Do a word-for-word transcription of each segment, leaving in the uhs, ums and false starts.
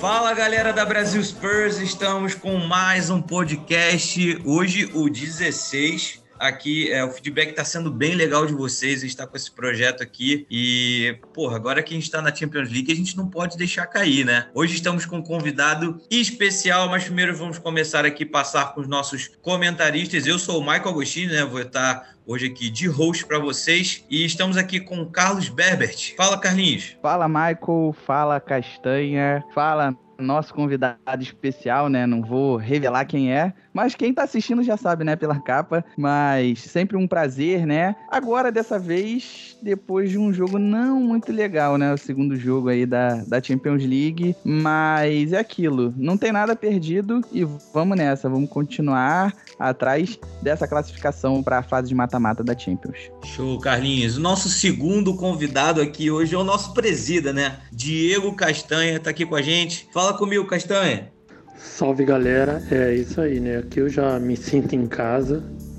Fala galera da Brasil Spurs, estamos com mais um podcast, hoje o dezesseis. Aqui, é, o feedback está sendo bem legal de vocês, a gente está com esse projeto aqui e, porra, agora que a gente está na Champions League, a gente não pode deixar cair, né? Hoje estamos com um convidado especial, mas primeiro vamos começar aqui, passar com os nossos comentaristas. Eu sou o Michael Agostini, né? Vou estar hoje aqui de host para vocês e estamos aqui com o Carlos Berbert. Fala, Carlinhos. Fala, Michael. Fala, Castanha. Fala, nosso convidado especial, né? Não vou revelar quem é, mas quem tá assistindo já sabe, né? Pela capa. Mas sempre um prazer, né? Agora, dessa vez, depois de um jogo não muito legal, né? O segundo jogo aí da, da Champions League. Mas é aquilo. Não tem nada perdido e vamos nessa. Vamos continuar atrás dessa classificação para a fase de mata-mata da Champions. Show, Carlinhos. O nosso segundo convidado aqui hoje é o nosso presida, né? Diego Castanha tá aqui com a gente. Fala comigo, Castanha. Salve, galera. É isso aí, né? Aqui eu já me sinto em casa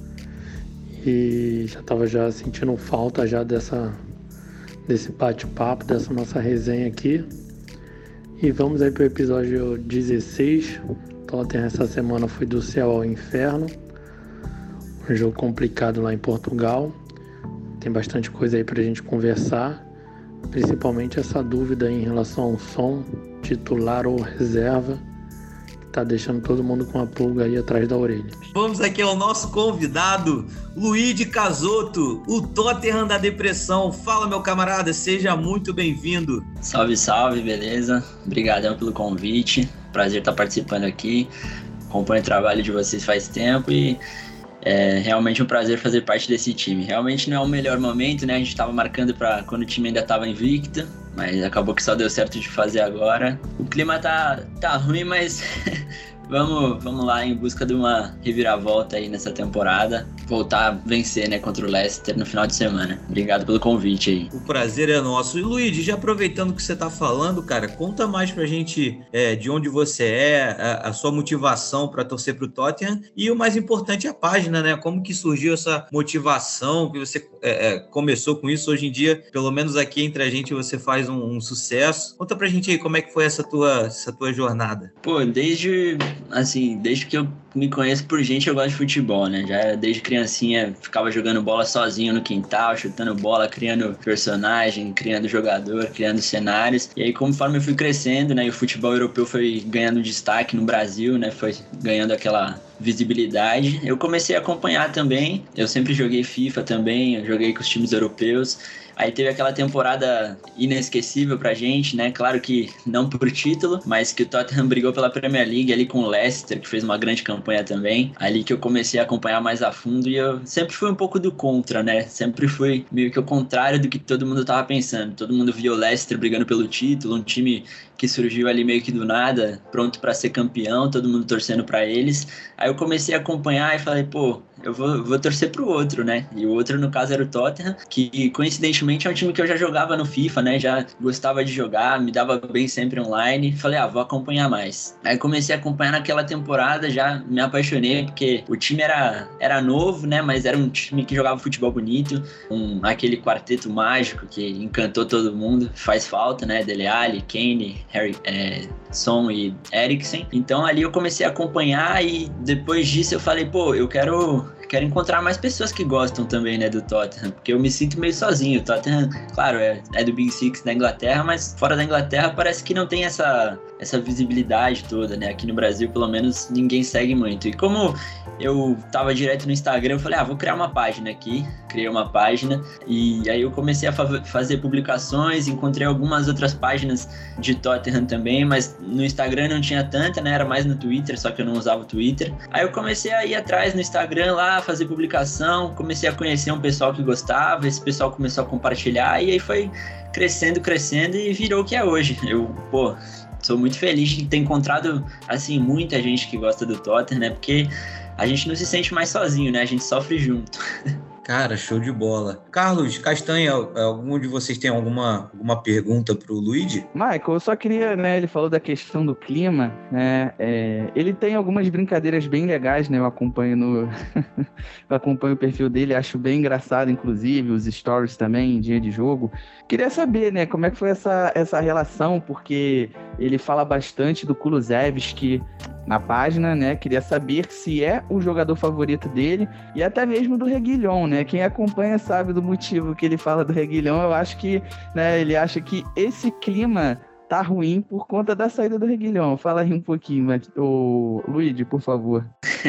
e já tava já sentindo falta já dessa, desse bate-papo, dessa nossa resenha aqui. E vamos aí pro episódio dezesseis. Tottenham essa semana foi do céu ao inferno. Um jogo complicado lá em Portugal. Tem bastante coisa aí pra gente conversar. Principalmente essa dúvida em relação ao som, titular ou reserva, que tá deixando todo mundo com a pulga aí atrás da orelha. Vamos aqui ao nosso convidado, Luigi Casotto, o Tottenham da depressão. Fala, meu camarada, seja muito bem-vindo. Salve, salve, beleza? Obrigadão pelo convite. Prazer estar participando aqui. Acompanho o trabalho de vocês faz tempo e é realmente um prazer fazer parte desse time. Realmente não é o melhor momento, né? A gente estava marcando para quando o time ainda estava invicto, mas acabou que só deu certo de fazer agora. O clima tá, tá ruim, mas vamos, vamos lá em busca de uma reviravolta aí nessa temporada. Voltar a vencer, né, contra o Leicester no final de semana. Obrigado pelo convite aí. O prazer é nosso. E Luigi, já aproveitando que você tá falando, cara, conta mais pra gente é, de onde você é, a, a sua motivação para torcer pro Tottenham e o mais importante, a página, né? Como que surgiu essa motivação, que você é, é, começou com isso. Hoje em dia, pelo menos aqui entre a gente, você faz um, um sucesso. Conta pra gente aí como é que foi essa tua, essa tua jornada. Pô, desde, assim, desde que eu me conheço por gente, eu gosto de futebol, né? Já desde criancinha ficava jogando bola sozinho no quintal, chutando bola, criando personagem, criando jogador, criando cenários. E aí, conforme eu fui crescendo, né, e o futebol europeu foi ganhando destaque no Brasil, né, foi ganhando aquela visibilidade, eu comecei a acompanhar também. Eu sempre joguei FIFA também, eu joguei com os times europeus. Aí teve aquela temporada inesquecível pra gente, né? Claro que não por título, mas que o Tottenham brigou pela Premier League ali com o Leicester, que fez uma grande campanha também. Ali que eu comecei a acompanhar mais a fundo e eu sempre fui um pouco do contra, né? Sempre fui meio que o contrário do que todo mundo tava pensando. Todo mundo via o Leicester brigando pelo título, um time que surgiu ali meio que do nada, pronto pra ser campeão, todo mundo torcendo pra eles. Aí eu comecei a acompanhar e falei, pô, eu vou, vou torcer pro outro, né? E o outro, no caso, era o Tottenham, que coincidentemente é um time que eu já jogava no FIFA, né? Já gostava de jogar, me dava bem sempre online. Falei, ah, vou acompanhar mais. Aí comecei a acompanhar naquela temporada, já me apaixonei, porque o time era, era novo, né? Mas era um time que jogava futebol bonito, um, aquele quarteto mágico que encantou todo mundo. Faz falta, né? Dele Alli, Kane, Harry, é, Son e Eriksen. Então ali eu comecei a acompanhar e depois disso eu falei, pô, eu quero... Quero encontrar mais pessoas que gostam também, né, do Tottenham, porque eu me sinto meio sozinho. O Tottenham, claro, é, é do Big Six da Inglaterra, mas fora da Inglaterra parece que não tem essa, essa visibilidade toda, né? Aqui no Brasil, pelo menos, ninguém segue muito. E como eu tava direto no Instagram, eu falei, ah, vou criar uma página aqui. Criei uma página e aí eu comecei a fa- fazer publicações, encontrei algumas outras páginas de Tottenham também, mas no Instagram não tinha tanta, né? Era mais no Twitter, só que eu não usava o Twitter. Aí eu comecei a ir atrás no Instagram lá, fazer publicação, comecei a conhecer um pessoal que gostava, esse pessoal começou a compartilhar e aí foi crescendo, crescendo e virou o que é hoje. Eu, pô, sou muito feliz de ter encontrado, assim, muita gente que gosta do Tottenham, né? Porque a gente não se sente mais sozinho, né? A gente sofre junto. Cara, show de bola. Carlos, Castanha, algum de vocês tem alguma, alguma pergunta pro Luigi? Michael, eu só queria, né, ele falou da questão do clima, né, é, ele tem algumas brincadeiras bem legais, né, eu acompanho no, eu acompanho o perfil dele, acho bem engraçado, inclusive, os stories também, em dia de jogo. Queria saber, né, como é que foi essa, essa relação, porque ele fala bastante do Kulusevski na página, né? Queria saber se é o jogador favorito dele e até mesmo do Reguilhon, né? Quem acompanha sabe do motivo que ele fala do Reguilhon. Eu acho que, né, ele acha que esse clima tá ruim por conta da saída do Reguilhon. Fala aí um pouquinho, o Luigi, por favor.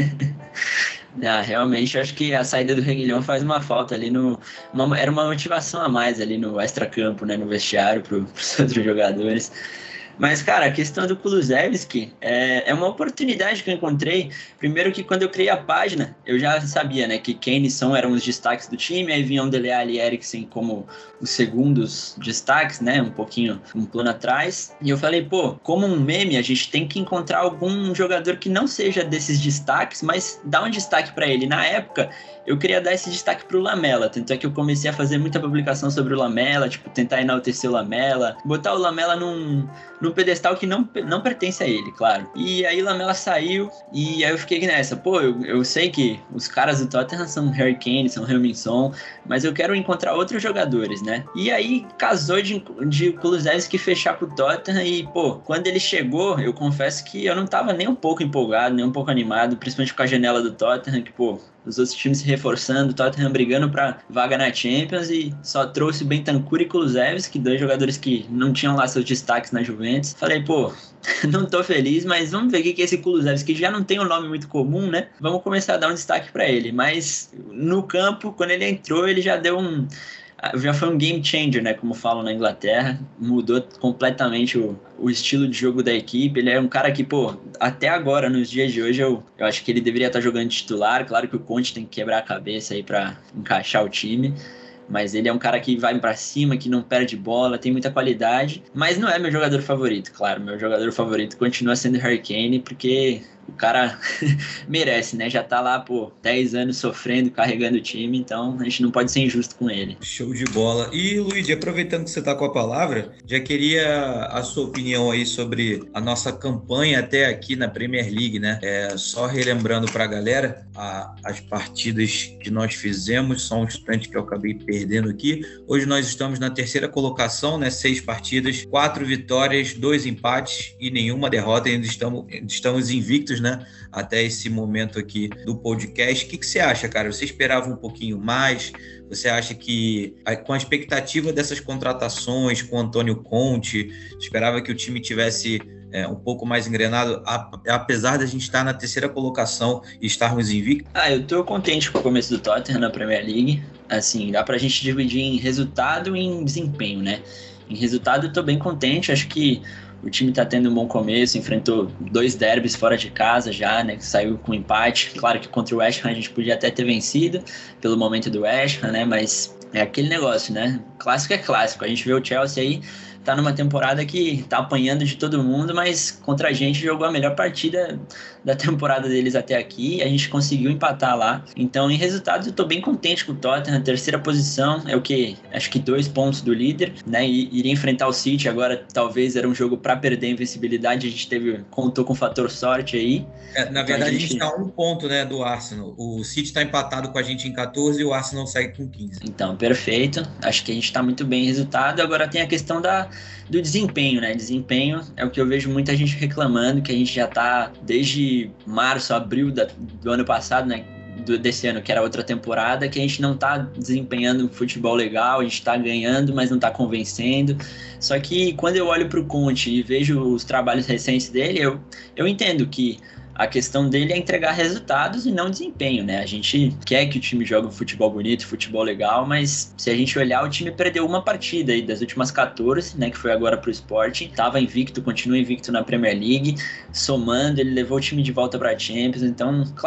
Ah, realmente, acho que a saída do Reguilhon faz uma falta ali no... Uma, era uma motivação a mais ali no extracampo, né? No vestiário para os outros jogadores. Mas, cara, a questão do Kulusevski é, é uma oportunidade que eu encontrei. Primeiro que quando eu criei a página, eu já sabia, né, que Kane e Son eram os destaques do time, aí vinham Dele Alli e Eriksen como os segundos destaques, né, um pouquinho, um plano atrás. E eu falei, pô, como um meme, a gente tem que encontrar algum jogador que não seja desses destaques, mas dá um destaque pra ele. Na época, eu queria dar esse destaque pro Lamela, tanto é que eu comecei a fazer muita publicação sobre o Lamela, tipo, tentar enaltecer o Lamela, botar o Lamela num, num pedestal que não, não pertence a ele, claro. E aí o Lamela saiu, e aí eu fiquei nessa, pô, eu, eu sei que os caras do Tottenham são Harry Kane, são Heung-min Son, mas eu quero encontrar outros jogadores, né? E aí casou de, de Kulusevski fechar pro Tottenham, e, pô, quando ele chegou, eu confesso que eu não tava nem um pouco empolgado, nem um pouco animado, principalmente com a janela do Tottenham, que, pô, os outros times se reforçando, o Tottenham brigando pra vaga na Champions, e só trouxe o Bentancur e Kulusevski, dois jogadores que não tinham lá seus destaques na Juventus. Falei, pô, não tô feliz, mas vamos ver o que é esse Kulusevski, que já não tem um nome muito comum, né? Vamos começar a dar um destaque pra ele. Mas no campo, quando ele entrou, ele já deu um... já foi um game changer, né, como falam na Inglaterra, mudou completamente o, o estilo de jogo da equipe. Ele é um cara que, pô, até agora, nos dias de hoje, eu, eu acho que ele deveria estar jogando titular. Claro que o Conte tem que quebrar a cabeça aí pra encaixar o time, mas ele é um cara que vai pra cima, que não perde bola, tem muita qualidade, mas não é meu jogador favorito, claro. Meu jogador favorito continua sendo Harry Kane, porque o cara merece, né? Já tá lá, pô, dez anos sofrendo, carregando o time, então a gente não pode ser injusto com ele. Show de bola. E, Luigi, aproveitando que você tá com a palavra, já queria a sua opinião aí sobre a nossa campanha até aqui na Premier League, né? É, só relembrando pra galera a, as partidas que nós fizemos, só um instante que eu acabei perdendo aqui. Hoje nós estamos na terceira colocação, né? Seis partidas, quatro vitórias, dois empates e nenhuma derrota. Ainda estamos, estamos invictos, né, até esse momento aqui do podcast. O que, que você acha, cara? Você esperava um pouquinho mais? Você acha que, com a expectativa dessas contratações, com o Antônio Conte, esperava que o time tivesse é, um pouco mais engrenado, apesar da gente estar na terceira colocação e estarmos invictos? Ah, eu tô contente com o começo do Tottenham na Premier League. Assim, dá pra gente dividir em resultado e em desempenho, né? Em resultado eu tô bem contente, acho que o time tá tendo um bom começo, enfrentou dois derbys fora de casa já, né, que saiu com empate. Claro que contra o West Ham a gente podia até ter vencido pelo momento do West Ham, né, mas é aquele negócio, né, clássico é clássico. A gente vê o Chelsea aí, tá numa temporada que tá apanhando de todo mundo, mas contra a gente jogou a melhor partida da temporada deles até aqui, a gente conseguiu empatar lá. Então, em resultados, eu tô bem contente com o Tottenham. Terceira posição é o que? Acho que dois pontos do líder, né? E iria enfrentar o City agora, talvez era um jogo para perder a invencibilidade. A gente teve, contou com o fator sorte aí. É, na verdade, então, a gente tá um ponto, né, do Arsenal. O City tá empatado com a gente em catorze e o Arsenal segue com quinze. Então, perfeito. Acho que a gente tá muito bem em resultado. Agora tem a questão da, do desempenho, né? Desempenho é o que eu vejo muita gente reclamando, que a gente já tá desde março, abril da, do ano passado, né? Do, desse ano, que era outra temporada, que a gente não tá desempenhando um futebol legal, a gente tá ganhando, mas não tá convencendo. Só que quando eu olho pro Conte e vejo os trabalhos recentes dele, eu, eu entendo que a questão dele é entregar resultados e não desempenho, né? A gente quer que o time jogue um futebol bonito, futebol legal, mas se a gente olhar, o time perdeu uma partida aí das últimas catorze, né? Que foi agora pro Sporting. Tava invicto, continua invicto na Premier League. Somando, ele levou o time de volta pra Champions. Então, claro,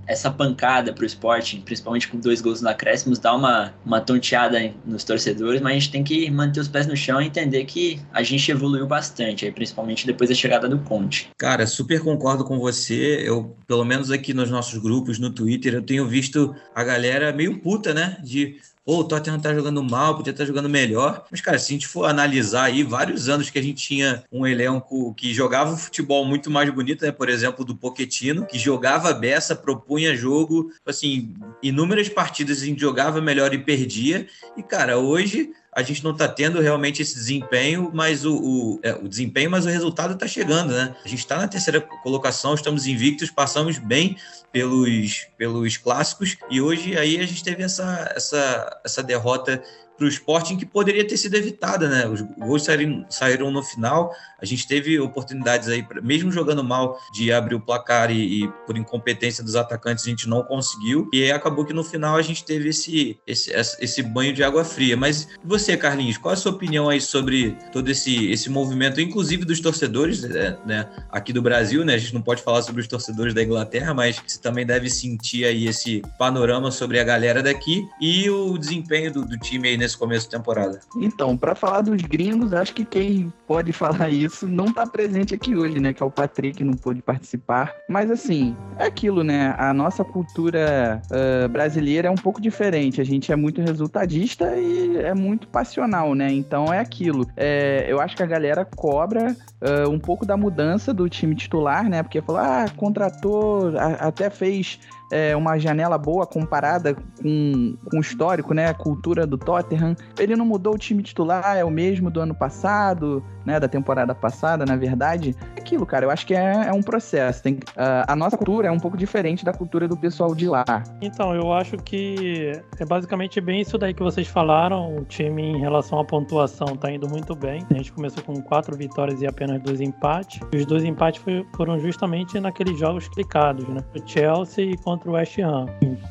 essa pancada pro Sport, principalmente com dois gols no acréscimos, dá uma, uma tonteada nos torcedores, mas a gente tem que manter os pés no chão e entender que a gente evoluiu bastante, aí, principalmente depois da chegada do Conte. Cara, super concordo com você. Eu, pelo menos aqui nos nossos grupos, no Twitter, eu tenho visto a galera meio puta, né? De... Pô, o Tottenham tá jogando mal, podia estar jogando melhor. Mas, cara, se a gente for analisar aí, vários anos que a gente tinha um elenco que jogava um futebol muito mais bonito, né? Por exemplo, do Pochettino, que jogava beça, propunha jogo. Assim, inúmeras partidas a gente jogava melhor e perdia. E, cara, hoje a gente não está tendo realmente esse desempenho, mas o, o, é, o desempenho, mas o resultado está chegando, né? A gente está na terceira colocação, estamos invictos, passamos bem pelos, pelos clássicos, e hoje aí a gente teve essa, essa, essa derrota para o Sporting que poderia ter sido evitada, né? Os gols saíram, saíram no final, a gente teve oportunidades aí, mesmo jogando mal, de abrir o placar e, e por incompetência dos atacantes a gente não conseguiu, e aí acabou que no final a gente teve esse, esse, esse banho de água fria. Mas você, Carlinhos, qual a sua opinião aí sobre todo esse, esse movimento, inclusive dos torcedores, né, aqui do Brasil, né? A gente não pode falar sobre os torcedores da Inglaterra, mas você também deve sentir aí esse panorama sobre a galera daqui e o desempenho do, do time aí nesse começo de temporada. Então, para falar dos gringos, acho que quem pode falar isso não tá presente aqui hoje, né? Que é o Patrick, que não pôde participar. Mas assim, é aquilo, né? A nossa cultura uh, brasileira é um pouco diferente. A gente é muito resultadista e é muito passional, né? Então é aquilo. É, eu acho que a galera cobra uh, um pouco da mudança do time titular, né? Porque falou, ah, contratou, a, até fez é, uma janela boa comparada com, com o histórico, né? A cultura do Tottenham. Ele não mudou o time titular, é o mesmo do ano passado, né? Da temporada passada, na verdade. É aquilo, cara, eu acho que é, é um processo. Tem, uh, a nossa cultura é um pouco diferente da cultura do pessoal de lá. Então, eu acho que é basicamente bem isso daí que vocês falaram. O time, em relação à pontuação, tá indo muito bem. A gente começou com quatro vitórias e apenas dois empates. E os dois empates foi, foram justamente naqueles jogos clicados, né? O Chelsea e contra o West Ham.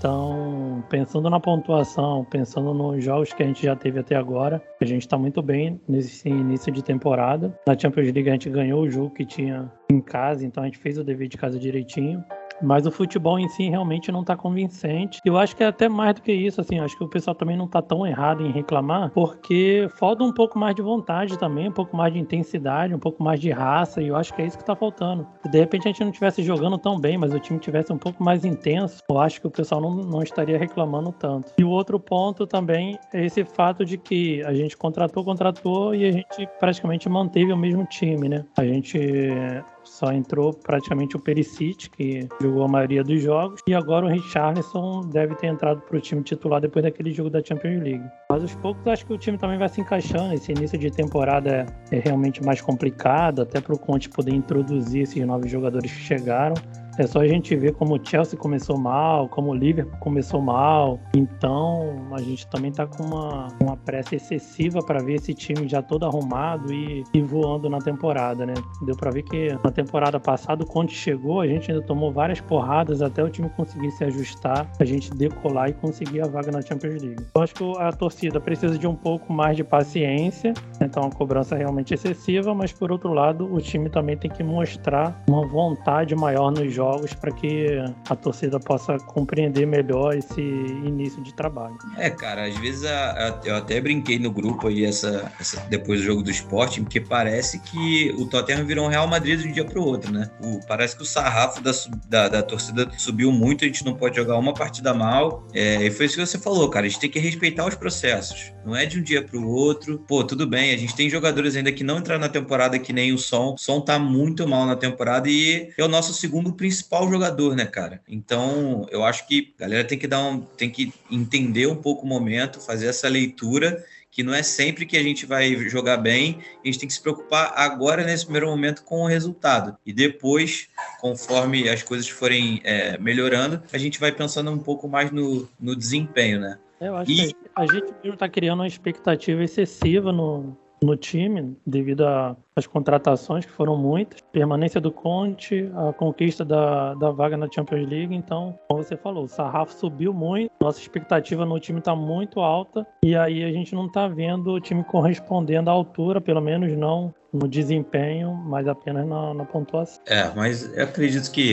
Então, pensando na pontuação, pensando nos jogos que a gente já teve até agora, a gente tá muito bem nesse início de temporada. Na Champions League a gente ganhou o jogo que tinha em casa, então a gente fez o dever de casa direitinho. Mas o futebol em si realmente não está convincente. Eu acho que é até mais do que isso, assim, acho que o pessoal também não está tão errado em reclamar, porque falta um pouco mais de vontade também, um pouco mais de intensidade, um pouco mais de raça, e eu acho que é isso que está faltando. Se de repente a gente não estivesse jogando tão bem, mas o time tivesse um pouco mais intenso, eu acho que o pessoal não, não estaria reclamando tanto. E o outro ponto também é esse fato de que a gente contratou, contratou e a gente praticamente manteve o mesmo time, né? A gente só entrou praticamente o Perisic, que jogou a maioria dos jogos, e agora o Richarlison deve ter entrado para o time titular depois daquele jogo da Champions League. Mas aos poucos acho que o time também vai se encaixando. Esse início de temporada é, é realmente mais complicado, até para o Conte poder introduzir esses novos jogadores que chegaram. É só a gente ver como o Chelsea começou mal, como o Liverpool começou mal. Então, a gente também tá com uma, uma pressa excessiva para ver esse time já todo arrumado e, e voando na temporada, né? Deu para ver que na temporada passada o Conte chegou, a gente ainda tomou várias porradas até o time conseguir se ajustar, a gente decolar e conseguir a vaga na Champions League. Eu acho que a torcida precisa de um pouco mais de paciência, então a cobrança é realmente excessiva, mas por outro lado, o time também tem que mostrar uma vontade maior nos jogos jogos para que a torcida possa compreender melhor esse início de trabalho. É, cara, às vezes a, a, eu até brinquei no grupo aí essa, essa, depois do jogo do Sporting, porque parece que o Tottenham virou um Real Madrid de um dia para o outro, né? O, parece que o sarrafo da, da, da torcida subiu muito, a gente não pode jogar uma partida mal, é, e foi isso que você falou, cara, a gente tem que respeitar os processos, não é de um dia para o outro. Pô, tudo bem, a gente tem jogadores ainda que não entraram na temporada, que nem o Son, o Son tá muito mal na temporada e é o nosso segundo principal principal jogador, né, cara? Então, eu acho que a galera tem que dar um, tem que entender um pouco o momento, fazer essa leitura, que não é sempre que a gente vai jogar bem, a gente tem que se preocupar agora, nesse primeiro momento, com o resultado. E depois, conforme as coisas forem é, melhorando, a gente vai pensando um pouco mais no, no desempenho, né? Eu acho e... que a gente mesmo tá criando uma expectativa excessiva no... no time, devido às contratações que foram muitas, permanência do Conte, a conquista da, da vaga na Champions League. Então, como você falou, o sarrafo subiu muito, nossa expectativa no time está muito alta, e aí a gente não está vendo o time correspondendo à altura, pelo menos não no desempenho, mas apenas na, na pontuação. É, mas eu acredito que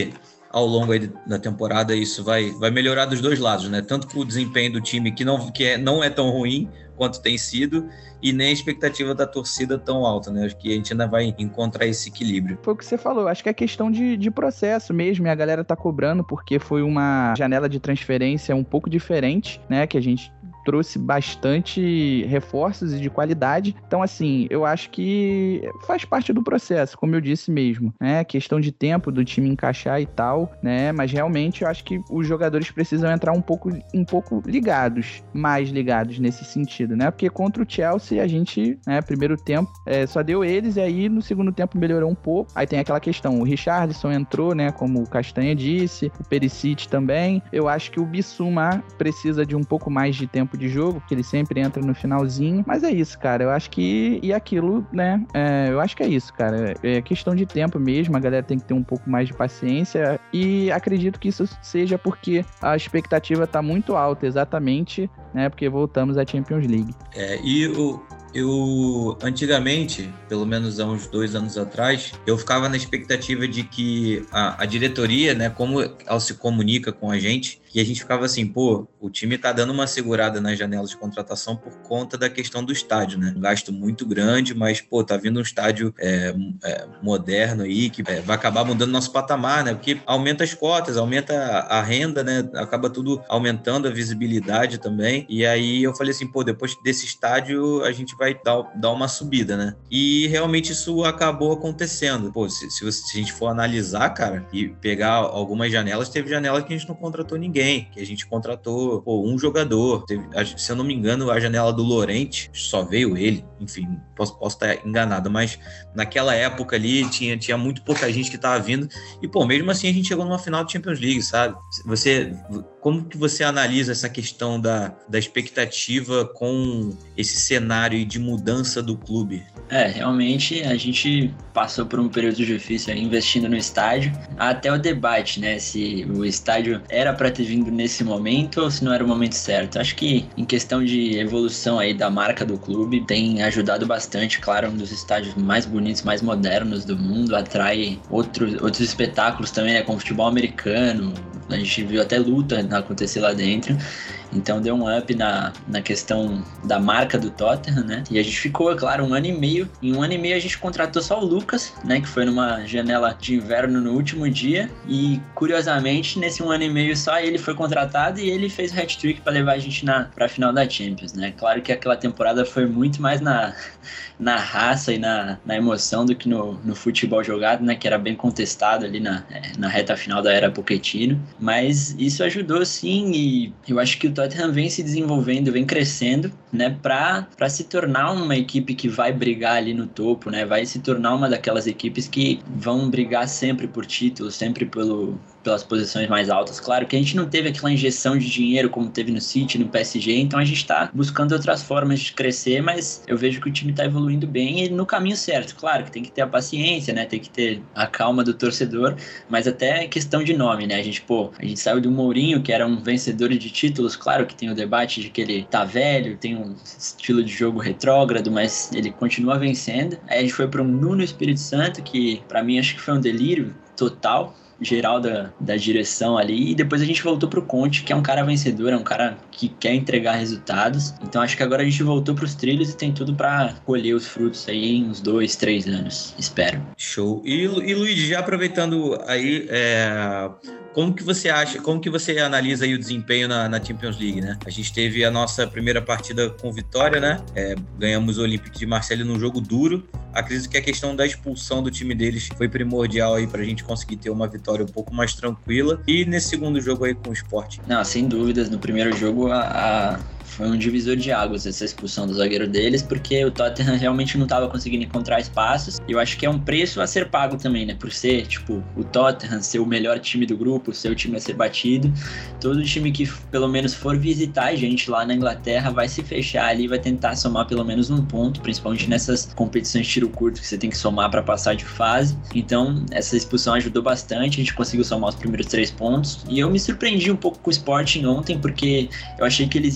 ao longo aí da temporada isso vai, vai melhorar dos dois lados, né? Tanto para o desempenho do time, que, não, que é, não é tão ruim quanto tem sido, e nem a expectativa da torcida tão alta, né? Acho que a gente ainda vai encontrar esse equilíbrio. Foi o que você falou, acho que é questão de, de processo mesmo, e a galera tá cobrando porque foi uma janela de transferência um pouco diferente, né? Que a gente trouxe bastante reforços e de qualidade. Então, assim, eu acho que faz parte do processo, como eu disse mesmo, né? Questão de tempo do time encaixar e tal, né? Mas realmente eu acho que os jogadores precisam entrar um pouco, um pouco ligados, mais ligados nesse sentido, né? Porque contra o Chelsea a gente, né, primeiro tempo, é, só deu eles, e aí no segundo tempo melhorou um pouco. Aí tem aquela questão, o Richarlison entrou, né? Como o Castanha disse, o Perisic também. Eu acho que o Bissouma precisa de um pouco mais de tempo de jogo, porque ele sempre entra no finalzinho, mas é isso, cara, eu acho que, e aquilo, né, é, eu acho que é isso, cara, é questão de tempo mesmo, a galera tem que ter um pouco mais de paciência, e acredito que isso seja porque a expectativa tá muito alta, exatamente, né, porque voltamos à Champions League. É, e o Eu, antigamente, pelo menos há uns dois anos atrás, eu ficava na expectativa de que a, a diretoria, né, como ela se comunica com a gente, que a gente ficava assim, pô, o time tá dando uma segurada nas janelas de contratação por conta da questão do estádio, né? Um gasto muito grande, mas, pô, tá vindo um estádio é, é, moderno aí, que é, vai acabar mudando nosso patamar, né? Porque aumenta as cotas, aumenta a, a renda, né? Acaba tudo aumentando a visibilidade também. E aí eu falei assim, pô, depois desse estádio a gente vai dar, dar uma subida, né? E realmente isso acabou acontecendo. Pô, se, se, se a gente for analisar, cara, e pegar algumas janelas, teve janelas que a gente não contratou ninguém, que a gente contratou pô, um jogador. Teve, se eu não me engano, a janela do Llorente, só veio ele. Enfim, posso, posso estar enganado, mas naquela época ali tinha, tinha muito pouca gente que estava vindo. E, pô, mesmo assim a gente chegou numa final de Champions League, sabe? Você, como que você analisa essa questão da, da expectativa com esse cenário de mudança do clube? É, realmente a gente passou por um período difícil aí, investindo no estádio. Até o debate, né? Se o estádio era para ter vindo nesse momento ou se não era o momento certo. Acho que em questão de evolução aí da marca do clube, tem ajudado bastante. Claro, um dos estádios mais bonitos, mais modernos do mundo, atrai outros, outros espetáculos também, né? Com futebol americano. A gente viu até luta acontecer lá dentro. Então deu um up na, na questão da marca do Tottenham, né? E a gente ficou, é claro, um ano e meio. Em um ano e meio a gente contratou só o Lucas, né? Que foi numa janela de inverno no último dia. E, curiosamente, nesse um ano e meio só ele foi contratado e ele fez o hat-trick para levar a gente na, pra final da Champions, né? Claro que aquela temporada foi muito mais na, na raça e na, na emoção do que no, no futebol jogado, né? Que era bem contestado ali na, na reta final da era Pochettino. Mas isso ajudou, sim, e eu acho que o Tottenham vem se desenvolvendo, vem crescendo, né, para para se tornar uma equipe que vai brigar ali no topo, né, vai se tornar uma daquelas equipes que vão brigar sempre por título, sempre pelo, pelas posições mais altas. Claro que a gente não teve aquela injeção de dinheiro como teve no City, no P S G, então a gente está buscando outras formas de crescer, mas eu vejo que o time está evoluindo bem e no caminho certo. Claro que tem que ter a paciência, né, tem que ter a calma do torcedor, mas até questão de nome, né, a gente, pô, a gente saiu do Mourinho, que era um vencedor de títulos. Claro que tem o debate de que ele tá velho, tem um estilo de jogo retrógrado, mas ele continua vencendo. Aí a gente foi para um Nuno Espírito Santo, que para mim acho que foi um delírio total, geral da, da direção ali, e depois a gente voltou pro Conte, que é um cara vencedor, é um cara que quer entregar resultados. Então acho que agora a gente voltou pros trilhos e tem tudo para colher os frutos aí em uns dois, três anos, espero. Show. E, e Luiz, já aproveitando aí, é... como que você acha, como que você analisa aí o desempenho na, na Champions League, né? A gente teve a nossa primeira partida com vitória, né? É, ganhamos o Olympique de Marseille num jogo duro. Acredito que a questão da expulsão do time deles foi primordial aí pra gente conseguir ter uma vitória um pouco mais tranquila. E nesse segundo jogo aí com o Sport? Não, sem dúvidas, no primeiro jogo a... a... foi um divisor de águas essa expulsão do zagueiro deles, porque o Tottenham realmente não estava conseguindo encontrar espaços. E eu acho que é um preço a ser pago também, né? Por ser, tipo, o Tottenham ser o melhor time do grupo, ser o time a ser batido. Todo time que pelo menos for visitar a gente lá na Inglaterra vai se fechar ali, vai tentar somar pelo menos um ponto, principalmente nessas competições de tiro curto que você tem que somar para passar de fase. Então, essa expulsão ajudou bastante, a gente conseguiu somar os primeiros três pontos. E eu me surpreendi um pouco com o Sporting ontem, porque eu achei que eles iam sair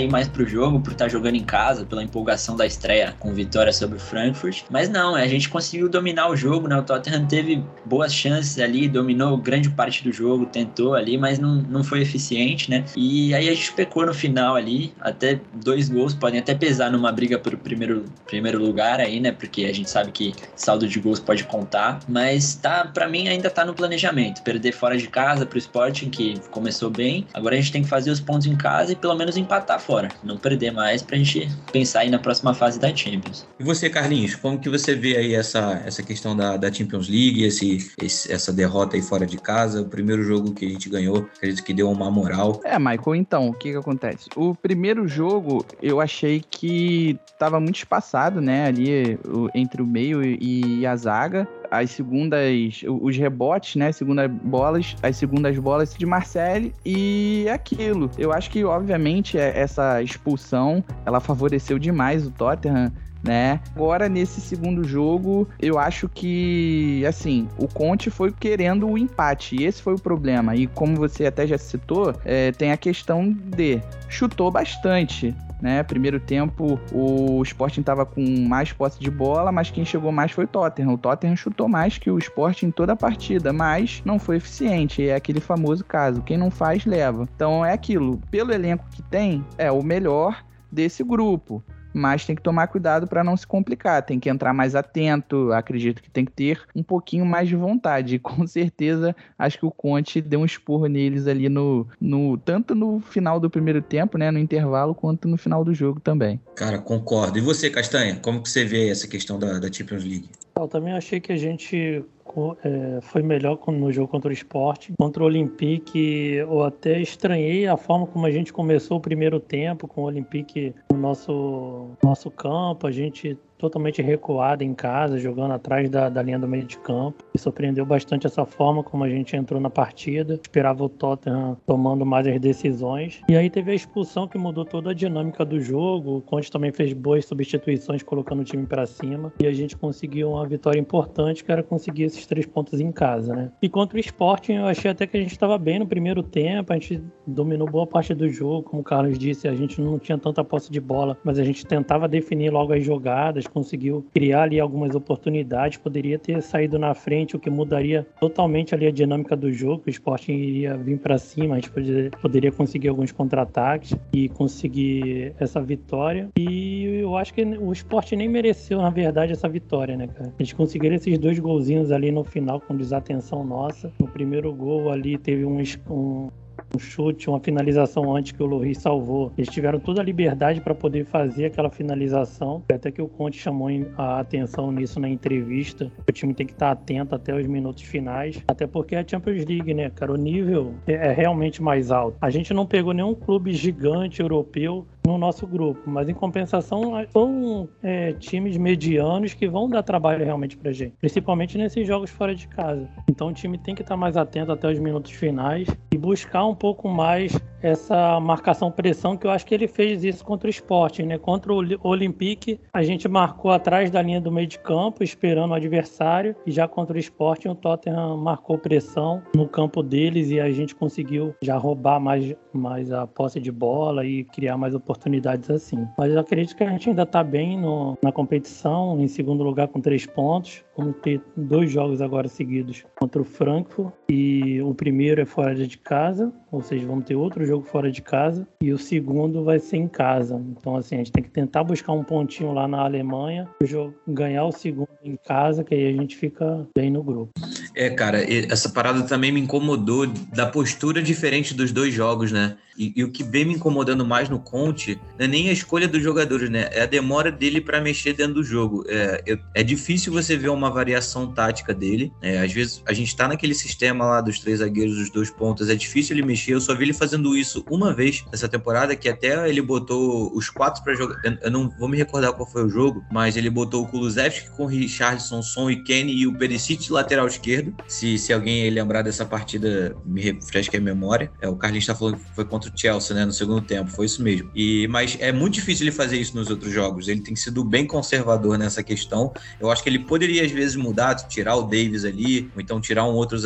mais pro jogo por estar jogando em casa, pela empolgação da estreia com vitória sobre o Frankfurt. Mas não, a gente conseguiu dominar o jogo, né? O Tottenham teve boas chances ali, dominou grande parte do jogo, tentou ali, mas não, não foi eficiente, né? E aí a gente pecou no final ali, até dois gols podem até pesar numa briga por primeiro, primeiro lugar aí, né? Porque a gente sabe que saldo de gols pode contar, mas tá, pra mim ainda tá no planejamento. Perder fora de casa pro Sporting, que começou bem, agora a gente tem que fazer os pontos em casa e pelo menos empatar fora, não perder mais pra gente pensar aí na próxima fase da Champions. E você, Carlinhos, como que você vê aí essa, essa questão da, da Champions League, esse, esse, essa derrota aí fora de casa, o primeiro jogo que a gente ganhou, acredito que deu uma moral. É, Michael, então, o que que acontece? O primeiro jogo, eu achei que tava muito espaçado, né, ali o, entre o meio e, e a zaga. As segundas, os rebotes, né, segundas bolas, as segundas bolas de Marseille e aquilo. Eu acho que, obviamente, essa expulsão, ela favoreceu demais o Tottenham, né? Agora, nesse segundo jogo, eu acho que, assim, o Conte foi querendo o empate, e esse foi o problema. E como você até já citou, é, tem a questão de chutou bastante, né? Primeiro tempo, o Sporting estava com mais posse de bola, mas quem chegou mais foi o Tottenham. O Tottenham chutou mais que o Sporting em toda a partida, mas não foi eficiente. É aquele famoso caso, quem não faz, leva. Então é aquilo, pelo elenco que tem, é o melhor desse grupo. Mas tem que tomar cuidado para não se complicar, tem que entrar mais atento, acredito que tem que ter um pouquinho mais de vontade, e com certeza acho que o Conte deu um esporro neles ali no, no tanto no final do primeiro tempo, né, no intervalo, quanto no final do jogo também. Cara, concordo. E você, Castanha, como que você vê essa questão da, da Champions League? Eu também achei que a gente é, foi melhor no jogo contra o Sport. Contra o Olympique, eu até estranhei a forma como a gente começou o primeiro tempo, com o Olympique no nosso, nosso campo, a gente totalmente recuado em casa, jogando atrás da, da linha do meio de campo. Me surpreendeu bastante essa forma como a gente entrou na partida. Esperava o Tottenham tomando mais as decisões. E aí teve a expulsão que mudou toda a dinâmica do jogo. O Conte também fez boas substituições, colocando o time para cima. E a gente conseguiu uma vitória importante, que era conseguir esses três pontos em casa, né? E contra o Sporting, eu achei até que a gente estava bem no primeiro tempo. A gente dominou boa parte do jogo. Como o Carlos disse, a gente não tinha tanta posse de bola, mas a gente tentava definir logo as jogadas, conseguiu criar ali algumas oportunidades, poderia ter saído na frente, o que mudaria totalmente ali a dinâmica do jogo, o Sporting iria vir para cima, a gente poderia, poderia conseguir alguns contra-ataques e conseguir essa vitória. E eu acho que o Sporting nem mereceu, na verdade, essa vitória, né, cara? A gente conseguiu esses dois golzinhos ali no final com desatenção nossa. No primeiro gol ali teve um, um um chute, uma finalização antes que o Lloris salvou. Eles tiveram toda a liberdade para poder fazer aquela finalização, até que o Conte chamou a atenção nisso na entrevista. O time tem que estar atento até os minutos finais, até porque é a Champions League, né, cara? O nível é realmente mais alto. A gente não pegou nenhum clube gigante europeu no nosso grupo, mas em compensação são é, times medianos que vão dar trabalho realmente pra gente, principalmente nesses jogos fora de casa. Então o time tem que estar mais atento até os minutos finais e buscar um pouco mais essa marcação-pressão, que eu acho que ele fez isso contra o Sporting, né? Contra o Olympique, a gente marcou atrás da linha do meio de campo, esperando o adversário, e já contra o Sporting, o Tottenham marcou pressão no campo deles e a gente conseguiu já roubar mais, mais a posse de bola e criar mais oportunidades assim. Mas eu acredito que a gente ainda está bem no, na competição, em segundo lugar com três pontos. Vamos ter dois jogos agora seguidos contra o Frankfurt, e o primeiro é fora de casa, ou seja, vamos ter outro jogo fora de casa, e o segundo vai ser em casa. Então, assim, a gente tem que tentar buscar um pontinho lá na Alemanha, ganhar o segundo em casa, que aí a gente fica bem no grupo. É, cara, essa parada também me incomodou da postura diferente dos dois jogos, né? E, e o que vem me incomodando mais no Conte não é nem a escolha dos jogadores, né? É a demora dele para mexer dentro do jogo. É, é, é difícil você ver uma variação tática dele. É, às vezes a gente tá naquele sistema lá dos três zagueiros, dos dois pontas, é difícil ele mexer. Eu só vi ele fazendo isso uma vez nessa temporada, que até ele botou os quatro para jogar. Eu, eu não vou me recordar qual foi o jogo, mas ele botou o Kulusevski com o Richarlison, Son e Kenny e o Perisic de lateral esquerdo. Se, se alguém lembrar dessa partida, me refresca a memória. É, o Carlinhos tá falando que foi contra o Chelsea, né, no segundo tempo, foi isso mesmo. E, mas é muito difícil ele fazer isso nos outros jogos. Ele tem sido bem conservador nessa questão. Eu acho que ele poderia às vezes mudar, tirar o Davies ali, ou então tirar um outro zagueiro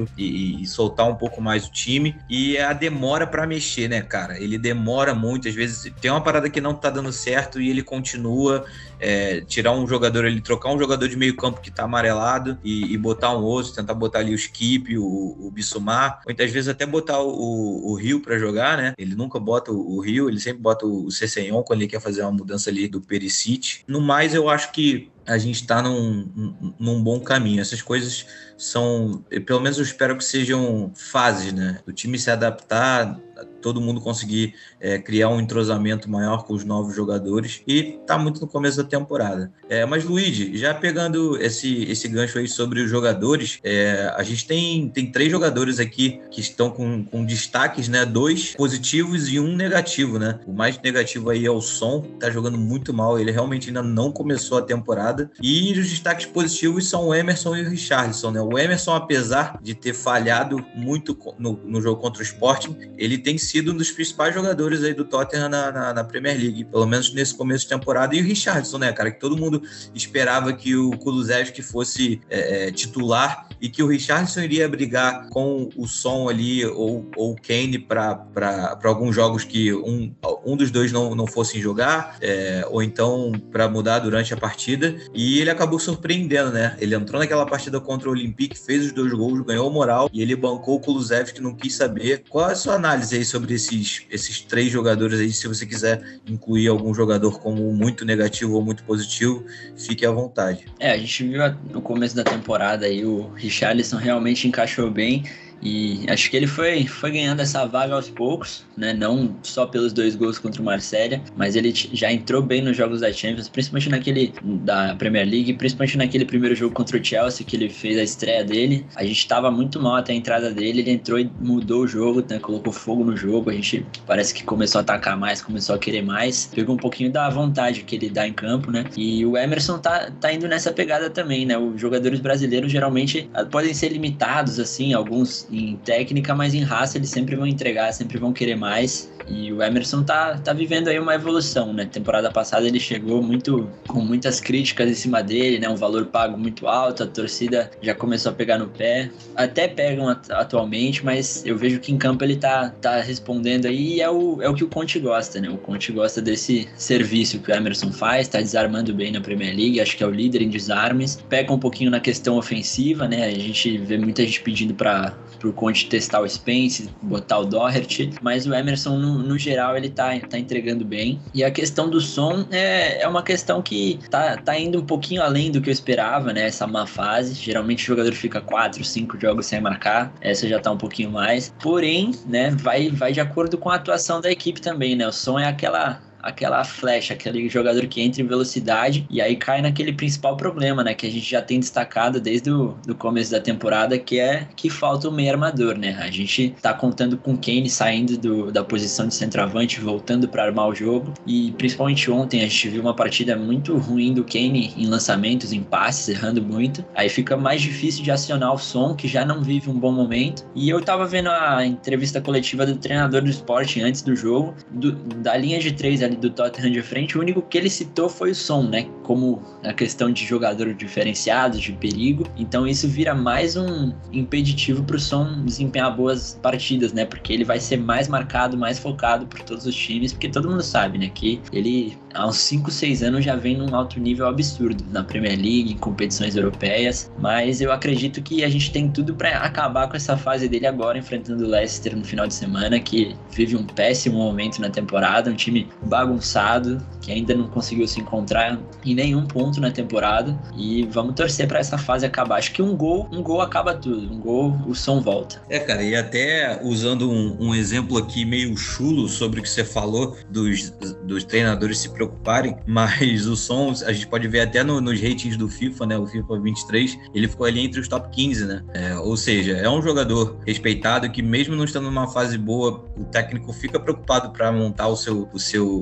dinheiro e, e soltar um pouco mais o time. E a demora pra mexer, né, cara? Ele demora muito, às vezes tem uma parada que não tá dando certo e ele continua. É, tirar um jogador ali, trocar um jogador de meio campo que tá amarelado e, e botar um outro, tentar botar ali o Skip, o, o Bissumar, muitas vezes até botar o, o Rio pra jogar, né? Ele nunca bota o, o Rio, ele sempre bota o, o Cessenhon quando ele quer fazer uma mudança ali do Perisic. No mais, eu acho que a gente tá num, num bom caminho. Essas coisas são, pelo menos eu espero que sejam fases, né? O time se adaptar, todo mundo conseguir é, criar um entrosamento maior com os novos jogadores, e tá muito no começo da temporada. É, mas, Luigi, já pegando esse, esse gancho aí sobre os jogadores, é, a gente tem, tem três jogadores aqui que estão com, com destaques, né? Dois positivos e um negativo, né? O mais negativo aí é o Son, tá jogando muito mal, ele realmente ainda não começou a temporada, e os destaques positivos são o Emerson e o Richarlison, né? O Emerson, apesar de ter falhado muito no, no jogo contra o Sporting, ele tem sido um dos principais jogadores aí do Tottenham na, na, na Premier League, pelo menos nesse começo de temporada. E o Richarlison, né, cara, que todo mundo esperava que o Kulusevski fosse é, é, titular e que o Richarlison iria brigar com o Son ali ou, ou o Kane para alguns jogos que um, um dos dois não, não fossem jogar, é, ou então para mudar durante a partida, e ele acabou surpreendendo, né? Ele entrou naquela partida contra o Olympique, fez os dois gols, ganhou moral, e ele bancou o Kulusevski, que não quis saber. Qual é a sua análise aí sobre esses, esses três jogadores aí? Se você quiser incluir algum jogador como muito negativo ou muito positivo, fique à vontade. É, a gente viu no começo da temporada aí o Richarlison realmente encaixou bem, e acho que ele foi, foi ganhando essa vaga aos poucos, né? Não só pelos dois gols contra o Marselha, mas ele já entrou bem nos jogos da Champions, principalmente naquele da Premier League, principalmente naquele primeiro jogo contra o Chelsea, que ele fez a estreia dele. A gente estava muito mal até a entrada dele, ele entrou e mudou o jogo, né? Colocou fogo no jogo, a gente parece que começou a atacar mais, começou a querer mais, pegou um pouquinho da vontade que ele dá em campo, né? E o Emerson tá, tá indo nessa pegada também, né? Os jogadores brasileiros geralmente podem ser limitados, assim, alguns em técnica, mas em raça eles sempre vão entregar, sempre vão querer mais. E o Emerson tá, tá vivendo aí uma evolução, né? Temporada passada ele chegou muito com muitas críticas em cima dele, né? Um valor pago muito alto, a torcida já começou a pegar no pé. Até pegam atualmente, mas eu vejo que em campo ele tá, tá respondendo aí, e é o, é o que o Conte gosta, né? O Conte gosta desse serviço que o Emerson faz, tá desarmando bem na Premier League, acho que é o líder em desarmes. Peca um pouquinho na questão ofensiva, né? A gente vê muita gente pedindo para pro Conte testar o Spence, botar o Doherty, mas o Emerson, no, no geral, ele tá, tá entregando bem. E a questão do Son é, é uma questão que tá, tá indo um pouquinho além do que eu esperava, né? Essa má fase. Geralmente o jogador fica quatro, cinco jogos sem marcar. Essa já tá um pouquinho mais. Porém, né, vai, vai de acordo com a atuação da equipe também, né? O Son é aquela... aquela flecha, aquele jogador que entra em velocidade e aí cai naquele principal problema, né, que a gente já tem destacado desde o do começo da temporada, que é que falta o meio armador, né? A gente tá contando com o Kane saindo do, da posição de centroavante, voltando para armar o jogo, e principalmente ontem a gente viu uma partida muito ruim do Kane em lançamentos, em passes, errando muito. Aí fica mais difícil de acionar o Son, que já não vive um bom momento. E eu tava vendo a entrevista coletiva do treinador do Sporting antes do jogo, do, da linha de três ali do Tottenham de frente, o único que ele citou foi o Son, né? Como a questão de jogador diferenciado, de perigo. Então isso vira mais um impeditivo pro Son desempenhar boas partidas, né? Porque ele vai ser mais marcado, mais focado por todos os times, porque todo mundo sabe, né? Que ele há uns cinco, seis anos já vem num alto nível absurdo na Premier League, em competições europeias, mas eu acredito que a gente tem tudo para acabar com essa fase dele agora, enfrentando o Leicester no final de semana, que vive um péssimo momento na temporada, um time bagunçado, que ainda não conseguiu se encontrar em nenhum ponto na temporada, e vamos torcer para essa fase acabar. Acho que um gol, um gol acaba tudo, um gol, o Son volta. É, cara, e até usando um, um exemplo aqui meio chulo sobre o que você falou dos, dos treinadores se preocuparem, mas o Son, a gente pode ver até no, nos ratings do FIFA, né, o FIFA vinte e três, ele ficou ali entre os top quinze, né, é, ou seja, é um jogador respeitado que mesmo não estando numa fase boa, o técnico fica preocupado para montar o seu, o seu, o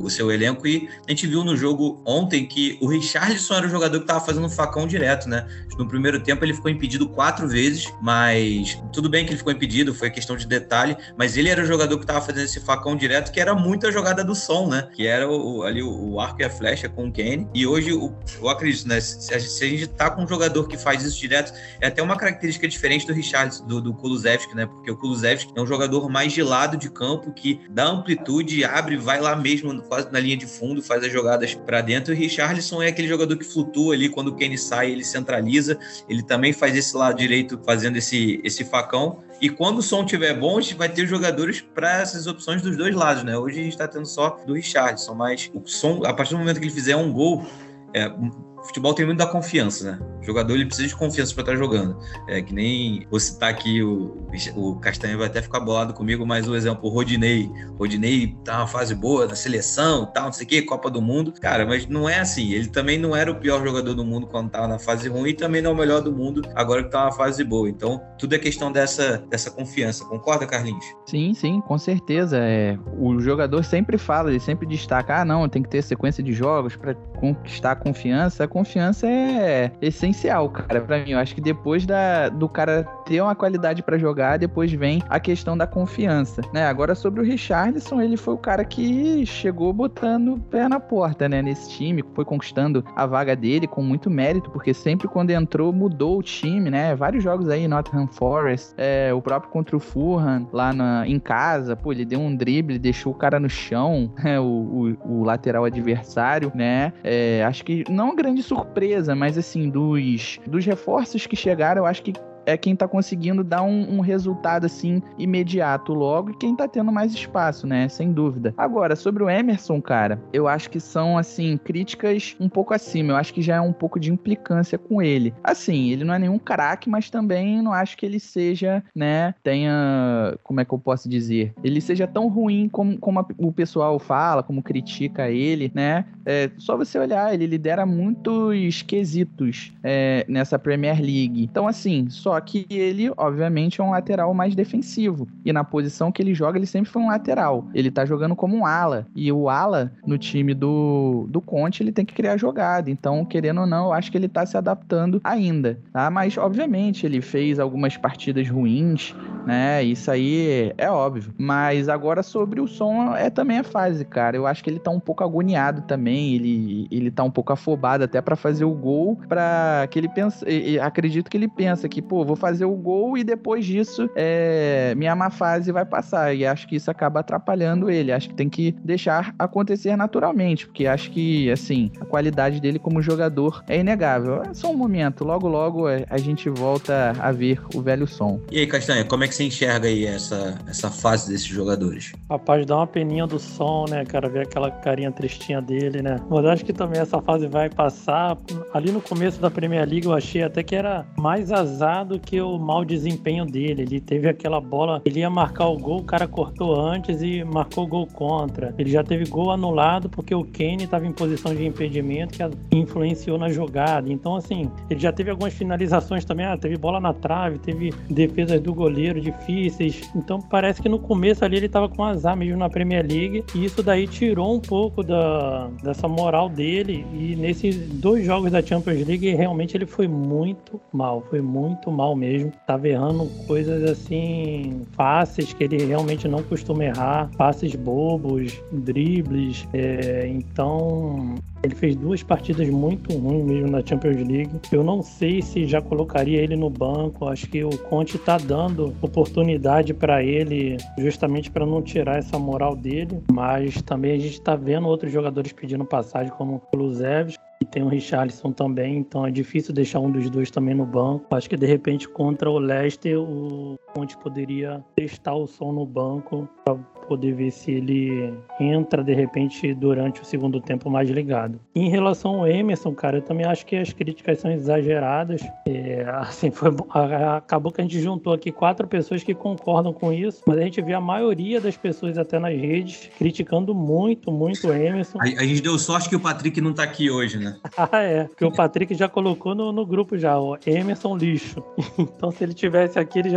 o seu elenco, e a gente viu no jogo ontem que o Richarlison era o jogador que estava fazendo um facão direto, né? No primeiro tempo ele ficou impedido quatro vezes, mas tudo bem que ele ficou impedido, foi questão de detalhe, mas ele era o jogador que estava fazendo esse facão direto, que era muita jogada do Son, né? Que era o, ali o, o arco e a flecha com o Kane, e hoje o, eu acredito, né? Se a, se a gente tá com um jogador que faz isso direto, é até uma característica diferente do Richarlison, do, do Kulusevski, né? Porque o Kulusevski é um jogador mais de lado de campo, que dá amplitude, abre, vai lá mesmo quase na linha de fundo, faz as jogadas para dentro. E o Richarlison é aquele jogador que flutua ali, quando o Kane sai, ele centraliza, ele também faz esse lado direito, fazendo esse, esse facão. E quando o som tiver bom, a gente vai ter jogadores para essas opções dos dois lados, né? Hoje a gente está tendo só do Richarlison, mas o som, a partir do momento que ele fizer um gol, é, o futebol tem muito da confiança, né? O jogador ele precisa de confiança para estar jogando. É que nem vou citar aqui, o, o Castanha vai até ficar bolado comigo, mas o exemplo, o Rodinei. Rodinei tá numa fase boa na seleção, tal, não sei o quê, Copa do Mundo. Cara, mas não é assim. Ele também não era o pior jogador do mundo quando tava na fase ruim, e também não é o melhor do mundo agora que tá na fase boa. Então, tudo é questão dessa, dessa confiança. Concorda, Carlinhos? Sim, sim, com certeza. É, o jogador sempre fala, ele sempre destaca, ah, não, tem que ter sequência de jogos para conquistar a confiança. A confiança é essencial, cara, pra mim. Eu acho que depois da, do cara ter uma qualidade pra jogar, depois vem a questão da confiança, né? Agora, sobre o Richarlison, ele foi o cara que chegou botando o pé na porta, né? Nesse time, foi conquistando a vaga dele com muito mérito, porque sempre quando entrou, mudou o time, né? Vários jogos aí, Nottingham Forest, é, o próprio contra o Fulham, lá na, em casa, pô, ele deu um drible, deixou o cara no chão, é, o, o, o lateral adversário, né? É, acho que não grande surpresa, mas assim, dos, dos reforços que chegaram, eu acho que é quem tá conseguindo dar um, um resultado, assim, imediato logo, e quem tá tendo mais espaço, né, sem dúvida. Agora, sobre o Emerson, cara, eu acho que são, assim, críticas um pouco acima, eu acho que já é um pouco de implicância com ele. Assim, ele não é nenhum craque, mas também não acho que ele seja, né, tenha, como é que eu posso dizer, ele seja tão ruim como, como a, o pessoal fala, como critica ele, né, é, só você olhar, ele lidera muitos quesitos é, nessa Premier League. Então, assim, só Só que ele, obviamente, é um lateral mais defensivo. E na posição que ele joga, ele sempre foi um lateral. Ele tá jogando como um ala. E o ala, no time do, do Conte, ele tem que criar jogada. Então, querendo ou não, eu acho que ele tá se adaptando ainda, tá? Mas, obviamente, ele fez algumas partidas ruins, né? Isso aí é óbvio. Mas agora, sobre o som, é também a fase, cara. Eu acho que ele tá um pouco agoniado também. Ele, ele tá um pouco afobado até pra fazer o gol, pra que ele pensa... Acredito que ele pensa que, pô, vou fazer o gol e depois disso é, minha má fase vai passar, e acho que isso acaba atrapalhando ele. Acho que tem que deixar acontecer naturalmente, porque acho que, assim, a qualidade dele como jogador é inegável. É só um momento, logo logo a gente volta a ver o velho som. E aí, Castanha, como é que você enxerga aí essa, essa fase desses jogadores? Rapaz, dá uma peninha do som, né, cara, ver aquela carinha tristinha dele, né, mas acho que também essa fase vai passar. Ali no começo da Premier League eu achei até que era mais azar do que o mau desempenho dele. Ele teve aquela bola, ele ia marcar o gol, o cara cortou antes e marcou o gol contra. Ele já teve gol anulado porque o Kane estava em posição de impedimento que influenciou na jogada. Então, assim, ele já teve algumas finalizações também, ah, teve bola na trave, teve defesas do goleiro difíceis. Então, parece que no começo ali ele estava com azar mesmo na Premier League, e isso daí tirou um pouco da, dessa moral dele, e nesses dois jogos da Champions League realmente ele foi muito mal, foi muito mal mesmo, tava errando coisas assim fáceis que ele realmente não costuma errar, passes bobos, dribles, é, então ele fez duas partidas muito ruins mesmo na Champions League. Eu não sei se já colocaria ele no banco, acho que o Conte tá dando oportunidade para ele justamente para não tirar essa moral dele, mas também a gente tá vendo outros jogadores pedindo passagem como o Kulusevski, e tem o Richarlison também, então é difícil deixar um dos dois também no banco. Acho que de repente contra o Leicester o Conte poderia testar o som no banco para poder ver se ele entra de repente durante o segundo tempo mais ligado. Em relação ao Emerson, cara, eu também acho que as críticas são exageradas. É, assim, foi, acabou que a gente juntou aqui quatro pessoas que concordam com isso, mas a gente vê a maioria das pessoas até nas redes criticando muito, muito o Emerson. A, a gente deu sorte que o Patrick não tá aqui hoje, né? Ah, é. Porque o Patrick já colocou no, no grupo já, o Emerson lixo. Então, se ele tivesse aqui, ele já tinha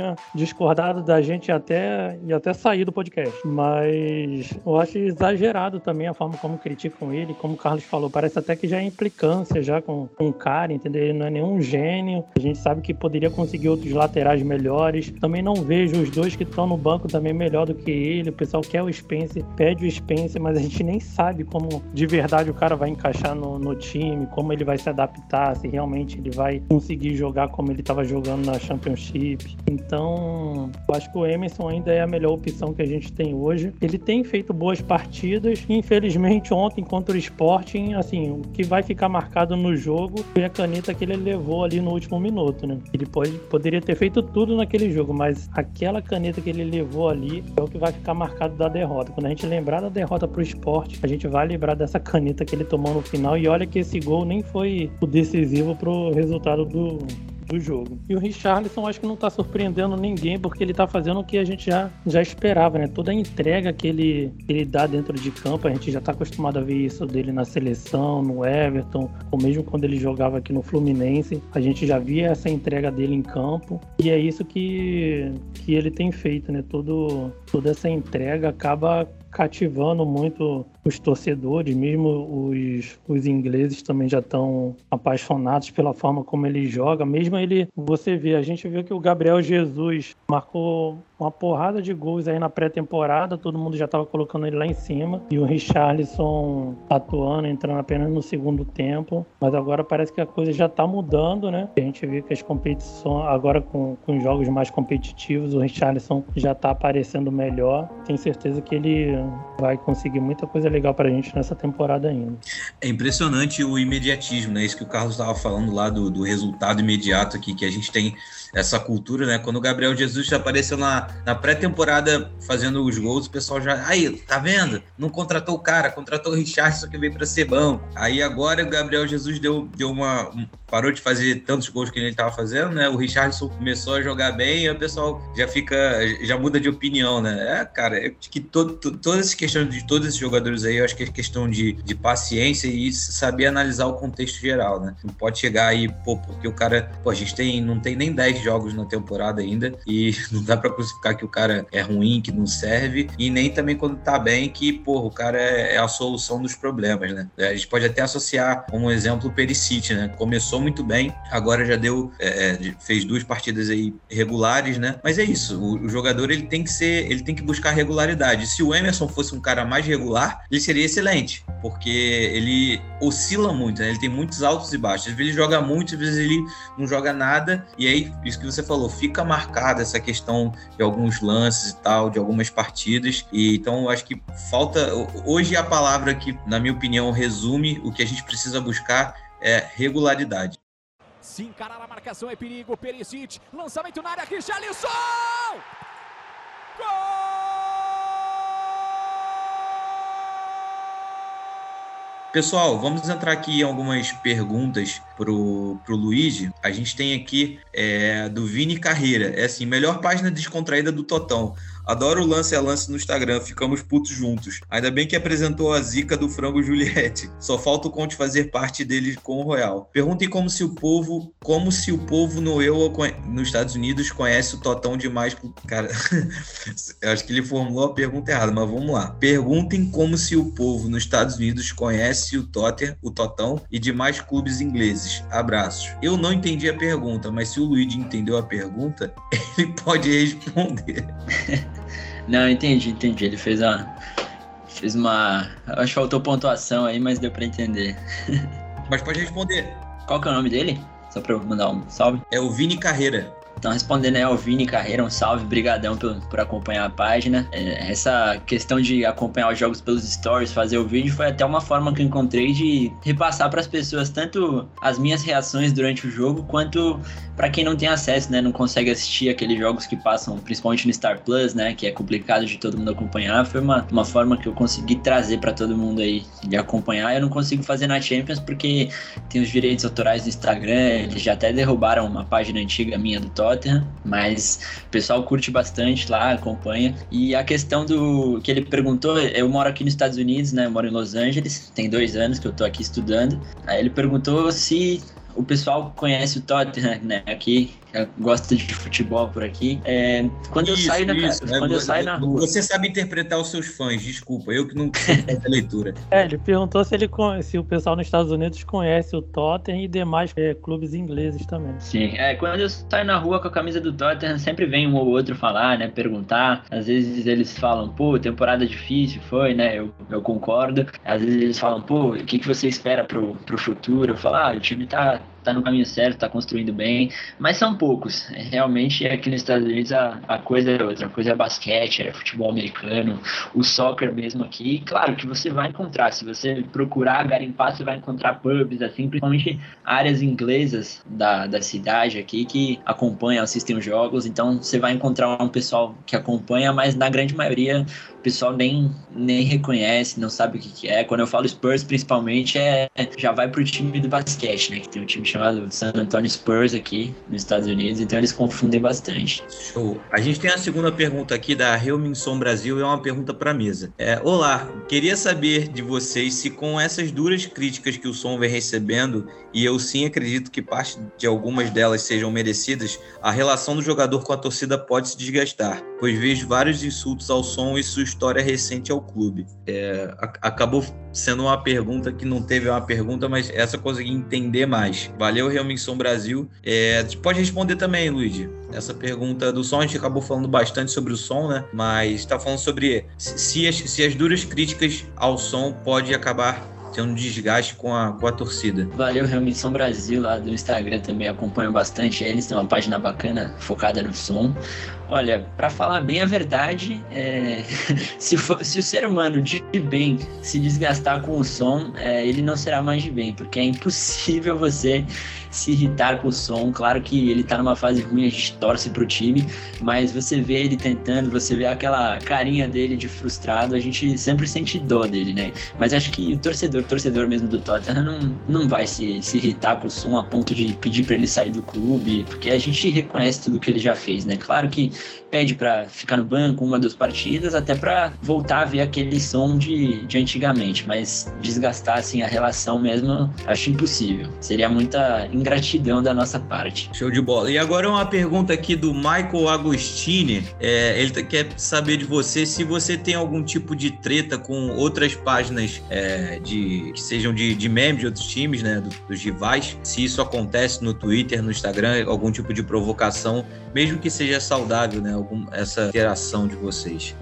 tenha discordado da gente e até, e até sair do podcast. Mas eu acho exagerado também a forma como criticam ele, como o Carlos falou, parece até que já é implicância já com, com o cara, entendeu? Ele não é nenhum gênio, a gente sabe que poderia conseguir outros laterais melhores. Também não vejo os dois que estão no banco também melhor do que ele. O pessoal quer o Spencer, pede o Spencer, mas a gente nem sabe como de verdade o cara vai encaixar no, no time, como ele vai se adaptar, se realmente ele vai conseguir jogar como ele estava jogando na Championship. Então, eu acho que o Emerson ainda é a melhor opção que a gente tem hoje. Ele tem feito boas partidas, infelizmente ontem contra o Sporting, assim, o que vai ficar marcado no jogo foi a caneta que ele levou ali no último minuto, né? Ele pode, poderia ter feito tudo naquele jogo, mas aquela caneta que ele levou ali é o que vai ficar marcado da derrota. Quando a gente lembrar da derrota pro Sport, a gente vai lembrar dessa caneta que ele tomou no final, e olha que esse gol nem foi o decisivo pro resultado do do jogo. E o Richarlison acho que não tá surpreendendo ninguém, porque ele tá fazendo o que a gente já, já esperava, né? Toda a entrega que ele, que ele dá dentro de campo, a gente já tá acostumado a ver isso dele na seleção, no Everton, ou mesmo quando ele jogava aqui no Fluminense, a gente já via essa entrega dele em campo, e é isso que, que ele tem feito, né? Todo, toda essa entrega acaba cativando muito os torcedores, mesmo os, os ingleses também já estão apaixonados pela forma como ele joga. Mesmo ele, você vê, a gente viu que o Gabriel Jesus marcou uma porrada de gols aí na pré-temporada, todo mundo já estava colocando ele lá em cima, e o Richarlison atuando, entrando apenas no segundo tempo, mas agora parece que a coisa já está mudando, né? A gente vê que as competições, agora com, com jogos mais competitivos, o Richarlison já está aparecendo melhor. Tenho certeza que ele vai conseguir muita coisa legal pra gente nessa temporada ainda. É impressionante o imediatismo, né? Isso que o Carlos estava falando lá do, do resultado imediato aqui, que a gente tem essa cultura, né? Quando o Gabriel Jesus já apareceu na, na pré-temporada fazendo os gols, o pessoal já... Aí, tá vendo? Não contratou o cara, contratou o Richarlison que veio pra ser banco. Aí agora o Gabriel Jesus deu, deu uma... Um, parou de fazer tantos gols que ele estava fazendo, né? O Richarlison começou a jogar bem e o pessoal já fica... Já muda de opinião, né? É, cara, é que todo, todo, todas as questões de todos esses jogadores aí, eu acho que é questão de, de paciência e saber analisar o contexto geral, né? Não pode chegar aí, pô, porque o cara... Pô, a gente tem, não tem nem dez jogos na temporada ainda e não dá pra crucificar que o cara é ruim, que não serve, e nem também quando tá bem que, porra, o cara é, é a solução dos problemas, né? A gente pode até associar como exemplo o Perisic, né? Começou muito bem, agora já deu, é, fez duas partidas aí regulares, né? Mas é isso, o, o jogador ele tem que ser, ele tem que buscar regularidade. Se o Emerson fosse um cara mais regular, ele seria excelente, porque ele oscila muito, né? Ele tem muitos altos e baixos, às vezes ele joga muito, às vezes ele não joga nada, e aí, isso que você falou, fica marcada essa questão de alguns lances e tal, de algumas partidas, e então eu acho que falta, hoje a palavra que, na minha opinião, resume o que a gente precisa buscar é regularidade. Se encarar a marcação é perigo, Perisic, lançamento na área, Richarlison! Gol! Pessoal, vamos entrar aqui em algumas perguntas pro, pro Luigi. A gente tem aqui é, do Vini Carreira. É assim, melhor página descontraída do Totão. Adoro o lance a lance no Instagram, ficamos putos juntos. Ainda bem que apresentou a zica do frango Juliette. Só falta o Conte fazer parte dele com o Royal. Perguntem como se o povo, como se o povo no eu nos Estados Unidos conhece o Totão demais. Cara, eu acho que ele formulou a pergunta errada, mas vamos lá. Perguntem como se o povo nos Estados Unidos conhece o Tottenham, o Totão e demais clubes ingleses. Abraços. Eu não entendi a pergunta, mas se o Luigi entendeu a pergunta, ele pode responder. Não, entendi, entendi. Ele fez uma... Fez uma... Acho que faltou pontuação aí, mas deu pra entender. Mas pode responder. Qual que é o nome dele? Só pra eu mandar um salve. É o Vini Carreira. Então, respondendo aí ao Vini Carreira, um salve, brigadão por, por acompanhar a página. É, essa questão de acompanhar os jogos pelos stories, fazer o vídeo, foi até uma forma que eu encontrei de repassar para as pessoas tanto as minhas reações durante o jogo, quanto para quem não tem acesso, né, não consegue assistir aqueles jogos que passam, principalmente no Star Plus, né, que é complicado de todo mundo acompanhar. Foi uma, uma forma que eu consegui trazer para todo mundo aí de acompanhar. Eu não consigo fazer na Champions porque tem os direitos autorais do Instagram, eles já até derrubaram uma página antiga minha do Tottenham, mas o pessoal curte bastante lá, acompanha. E a questão do que ele perguntou, eu moro aqui nos Estados Unidos, né, eu moro em Los Angeles, tem dois anos que eu tô aqui estudando. Aí ele perguntou se o pessoal conhece o Tottenham, né, aqui, que gosta de futebol por aqui. É, quando Isso, eu saio, na, isso, né? quando eu saio na rua... Você sabe interpretar os seus fãs, desculpa, eu que não sei fazer leitura. É, ele perguntou se, ele, se o pessoal nos Estados Unidos conhece o Tottenham e demais é, clubes ingleses também. Sim, é, quando eu saio na rua com a camisa do Tottenham, sempre vem um ou outro falar, né, perguntar. Às vezes eles falam, pô, temporada difícil foi, né, eu, eu concordo. Às vezes eles falam, pô, o que, que você espera pro, pro futuro? Eu falo, ah, o time tá... tá no caminho certo, tá construindo bem, mas são poucos. Realmente, aqui nos Estados Unidos a, a coisa é outra, a coisa é basquete, é futebol americano, o soccer mesmo aqui. Claro que você vai encontrar, se você procurar garimpar, você vai encontrar pubs, assim, principalmente áreas inglesas da, da cidade aqui que acompanham, assistem os jogos, então você vai encontrar um pessoal que acompanha, mas na grande maioria o pessoal nem, nem reconhece, não sabe o que, que é. Quando eu falo Spurs, principalmente, é, já vai pro time do basquete, né, que tem um time chamado San Antonio Spurs aqui nos Estados Unidos, então eles confundem bastante. Show. A gente tem a segunda pergunta aqui da Helminson Brasil, é uma pergunta para a mesa. É, olá, queria saber de vocês se com essas duras críticas que o som vem recebendo, e eu sim acredito que parte de algumas delas sejam merecidas, a relação do jogador com a torcida pode se desgastar, pois vejo vários insultos ao som e sua história recente ao clube. É, a- acabou sendo uma pergunta que não teve uma pergunta, mas essa eu consegui entender mais. Valeu, Helminson Brasil. É, pode responder também, Luigi. Essa pergunta do som, a gente acabou falando bastante sobre o som, né? Mas está falando sobre se as, se as duras críticas ao som pode acabar tendo um desgaste com a, com a torcida. Valeu, Helminson Brasil, lá do Instagram também acompanho bastante eles, tem uma página bacana focada no som. Olha, pra falar bem a verdade, é... se, for, se o ser humano de bem se desgastar com o som, é, ele não será mais de bem, porque é impossível você se irritar com o som. Claro que ele tá numa fase ruim, a gente torce pro time, mas você vê ele tentando, você vê aquela carinha dele de frustrado, a gente sempre sente dó dele, né? Mas acho que o torcedor, o torcedor mesmo do Tottenham não, não vai se, se irritar com o som a ponto de pedir pra ele sair do clube, porque a gente reconhece tudo que ele já fez, né? Claro que pede pra ficar no banco uma das partidas, até pra voltar a ver aquele som de, de antigamente, mas desgastar assim a relação mesmo, acho impossível. Seria muita ingratidão da nossa parte. Show de bola. E agora uma pergunta aqui do Michael Agostini. É, ele quer saber de você se você tem algum tipo de treta com outras páginas é, de, que sejam de, de membros de outros times, né, do, dos rivais. Se isso acontece no Twitter, no Instagram, algum tipo de provocação, mesmo que seja saudável, né, algum, essa interação de vocês.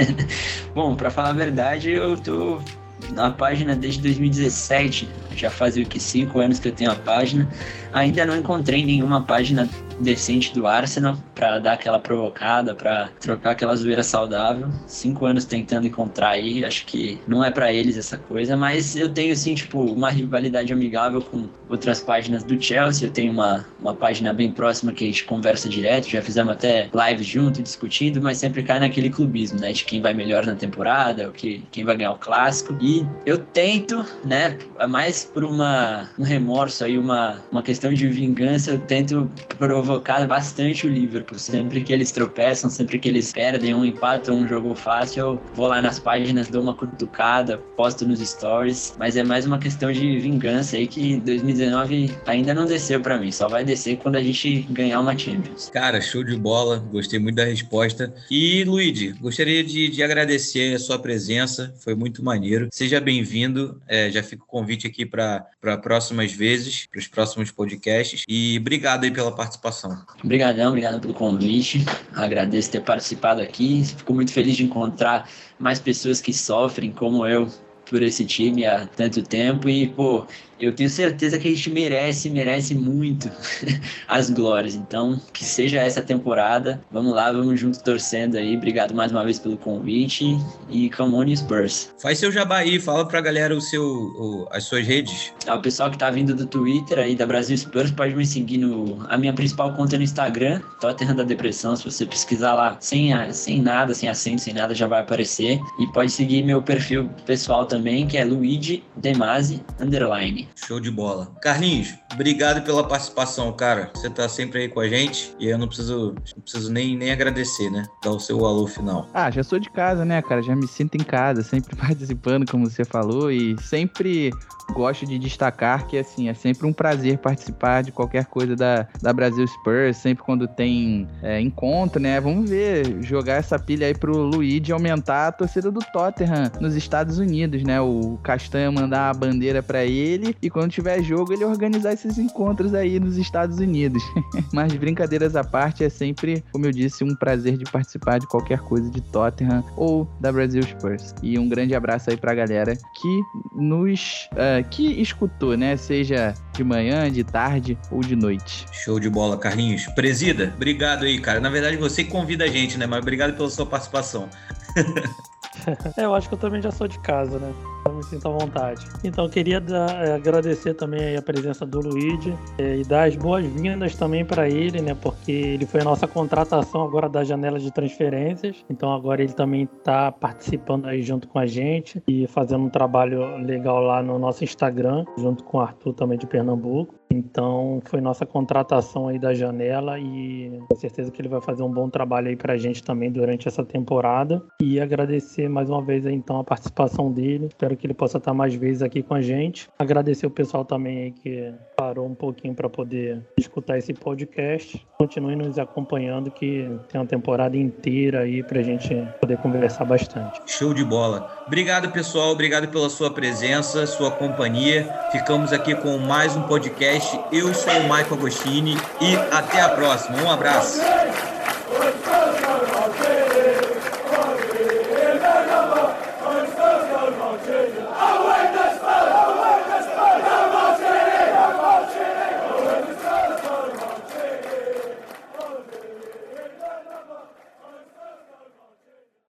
Bom, pra falar a verdade, eu tô na página desde dois mil e dezessete, já faz o que cinco anos que eu tenho a página. Ainda não encontrei nenhuma página decente do Arsenal para dar aquela provocada, para trocar aquela zoeira saudável. Cinco anos tentando encontrar aí, acho que não é para eles essa coisa, mas eu tenho assim, tipo, uma rivalidade amigável com outras páginas do Chelsea. Eu tenho uma, uma página bem próxima que a gente conversa direto, já fizemos até live junto, discutindo, mas sempre cai naquele clubismo, né, de quem vai melhor na temporada, o que, quem vai ganhar o clássico. E eu tento, né, mais por uma, um remorso aí, uma, uma questão de vingança, eu tento provocar bastante o Liverpool. Sempre que eles tropeçam, sempre que eles perdem um empate ou um jogo fácil, eu vou lá nas páginas, dou uma cutucada, posto nos stories, mas é mais uma questão de vingança aí que dois mil e dezenove ainda não desceu pra mim, só vai descer quando a gente ganhar uma Champions. Cara, show de bola, gostei muito da resposta. E, Luigi, gostaria de, de agradecer a sua presença, foi muito maneiro. Seja bem-vindo, é, já fica o convite aqui para próximas vezes, para os próximos podcasts, e obrigado aí pela participação. Obrigadão, obrigado pelo convite, agradeço ter participado aqui, fico muito feliz de encontrar mais pessoas que sofrem como eu por esse time há tanto tempo e, pô, eu tenho certeza que a gente merece, merece muito as glórias. Então, que seja essa temporada. Vamos lá, vamos juntos torcendo aí. Obrigado mais uma vez pelo convite e come on Spurs. Faz seu jabá aí, fala pra galera o seu, o, as suas redes. Ah, o pessoal que tá vindo do Twitter aí, da Brasil Spurs, pode me seguir no... A minha principal conta no Instagram, Tottenham da Depressão. Se você pesquisar lá, sem, sem nada, sem acento, sem nada, já vai aparecer. E pode seguir meu perfil pessoal também, que é Luigi Demasi, underline. Show de bola. Carlinhos, obrigado pela participação, cara. Você tá sempre aí com a gente e eu não preciso, não preciso nem, nem agradecer, né? Dar o seu alô final. Ah, já sou de casa, né, cara? Já me sinto em casa, sempre participando, como você falou, e sempre gosto de destacar que, assim, é sempre um prazer participar de qualquer coisa da, da Brasil Spurs, sempre quando tem é, encontro, né? Vamos ver, jogar essa pilha aí pro Luigi aumentar a torcida do Tottenham nos Estados Unidos, né? O Castanha mandar a bandeira pra ele e quando tiver jogo ele organizar esses encontros aí nos Estados Unidos. Mas brincadeiras à parte, é sempre, como eu disse, um prazer de participar de qualquer coisa de Tottenham ou da Brasil Spurs. E um grande abraço aí pra galera que nos uh, que escutou, né? Seja de manhã, de tarde ou de noite. Show de bola, Carlinhos. Presida, obrigado aí, cara. Na verdade, você que convida a gente, né? Mas obrigado pela sua participação. É, eu acho que eu também já sou de casa, né? Eu me sinto à vontade. Então, eu queria dar, é, agradecer também aí a presença do Luigi é, e dar as boas-vindas também para ele, né? Porque ele foi a nossa contratação agora da janela de transferências. Então, agora ele também está participando aí junto com a gente e fazendo um trabalho legal lá no nosso Instagram, junto com o Arthur também de Pernambuco. Então, foi nossa contratação aí da janela e com certeza que ele vai fazer um bom trabalho aí pra gente também durante essa temporada. E agradecer mais uma vez aí, então, a participação dele. Espero que ele possa estar mais vezes aqui com a gente. Agradecer o pessoal também aí que parou um pouquinho para poder escutar esse podcast. Continue nos acompanhando que tem uma temporada inteira aí pra gente poder conversar bastante. Show de bola. Obrigado, pessoal. Obrigado pela sua presença, sua companhia. Ficamos aqui com mais um podcast. Eu sou o Michael Agostini e até a próxima. Um abraço.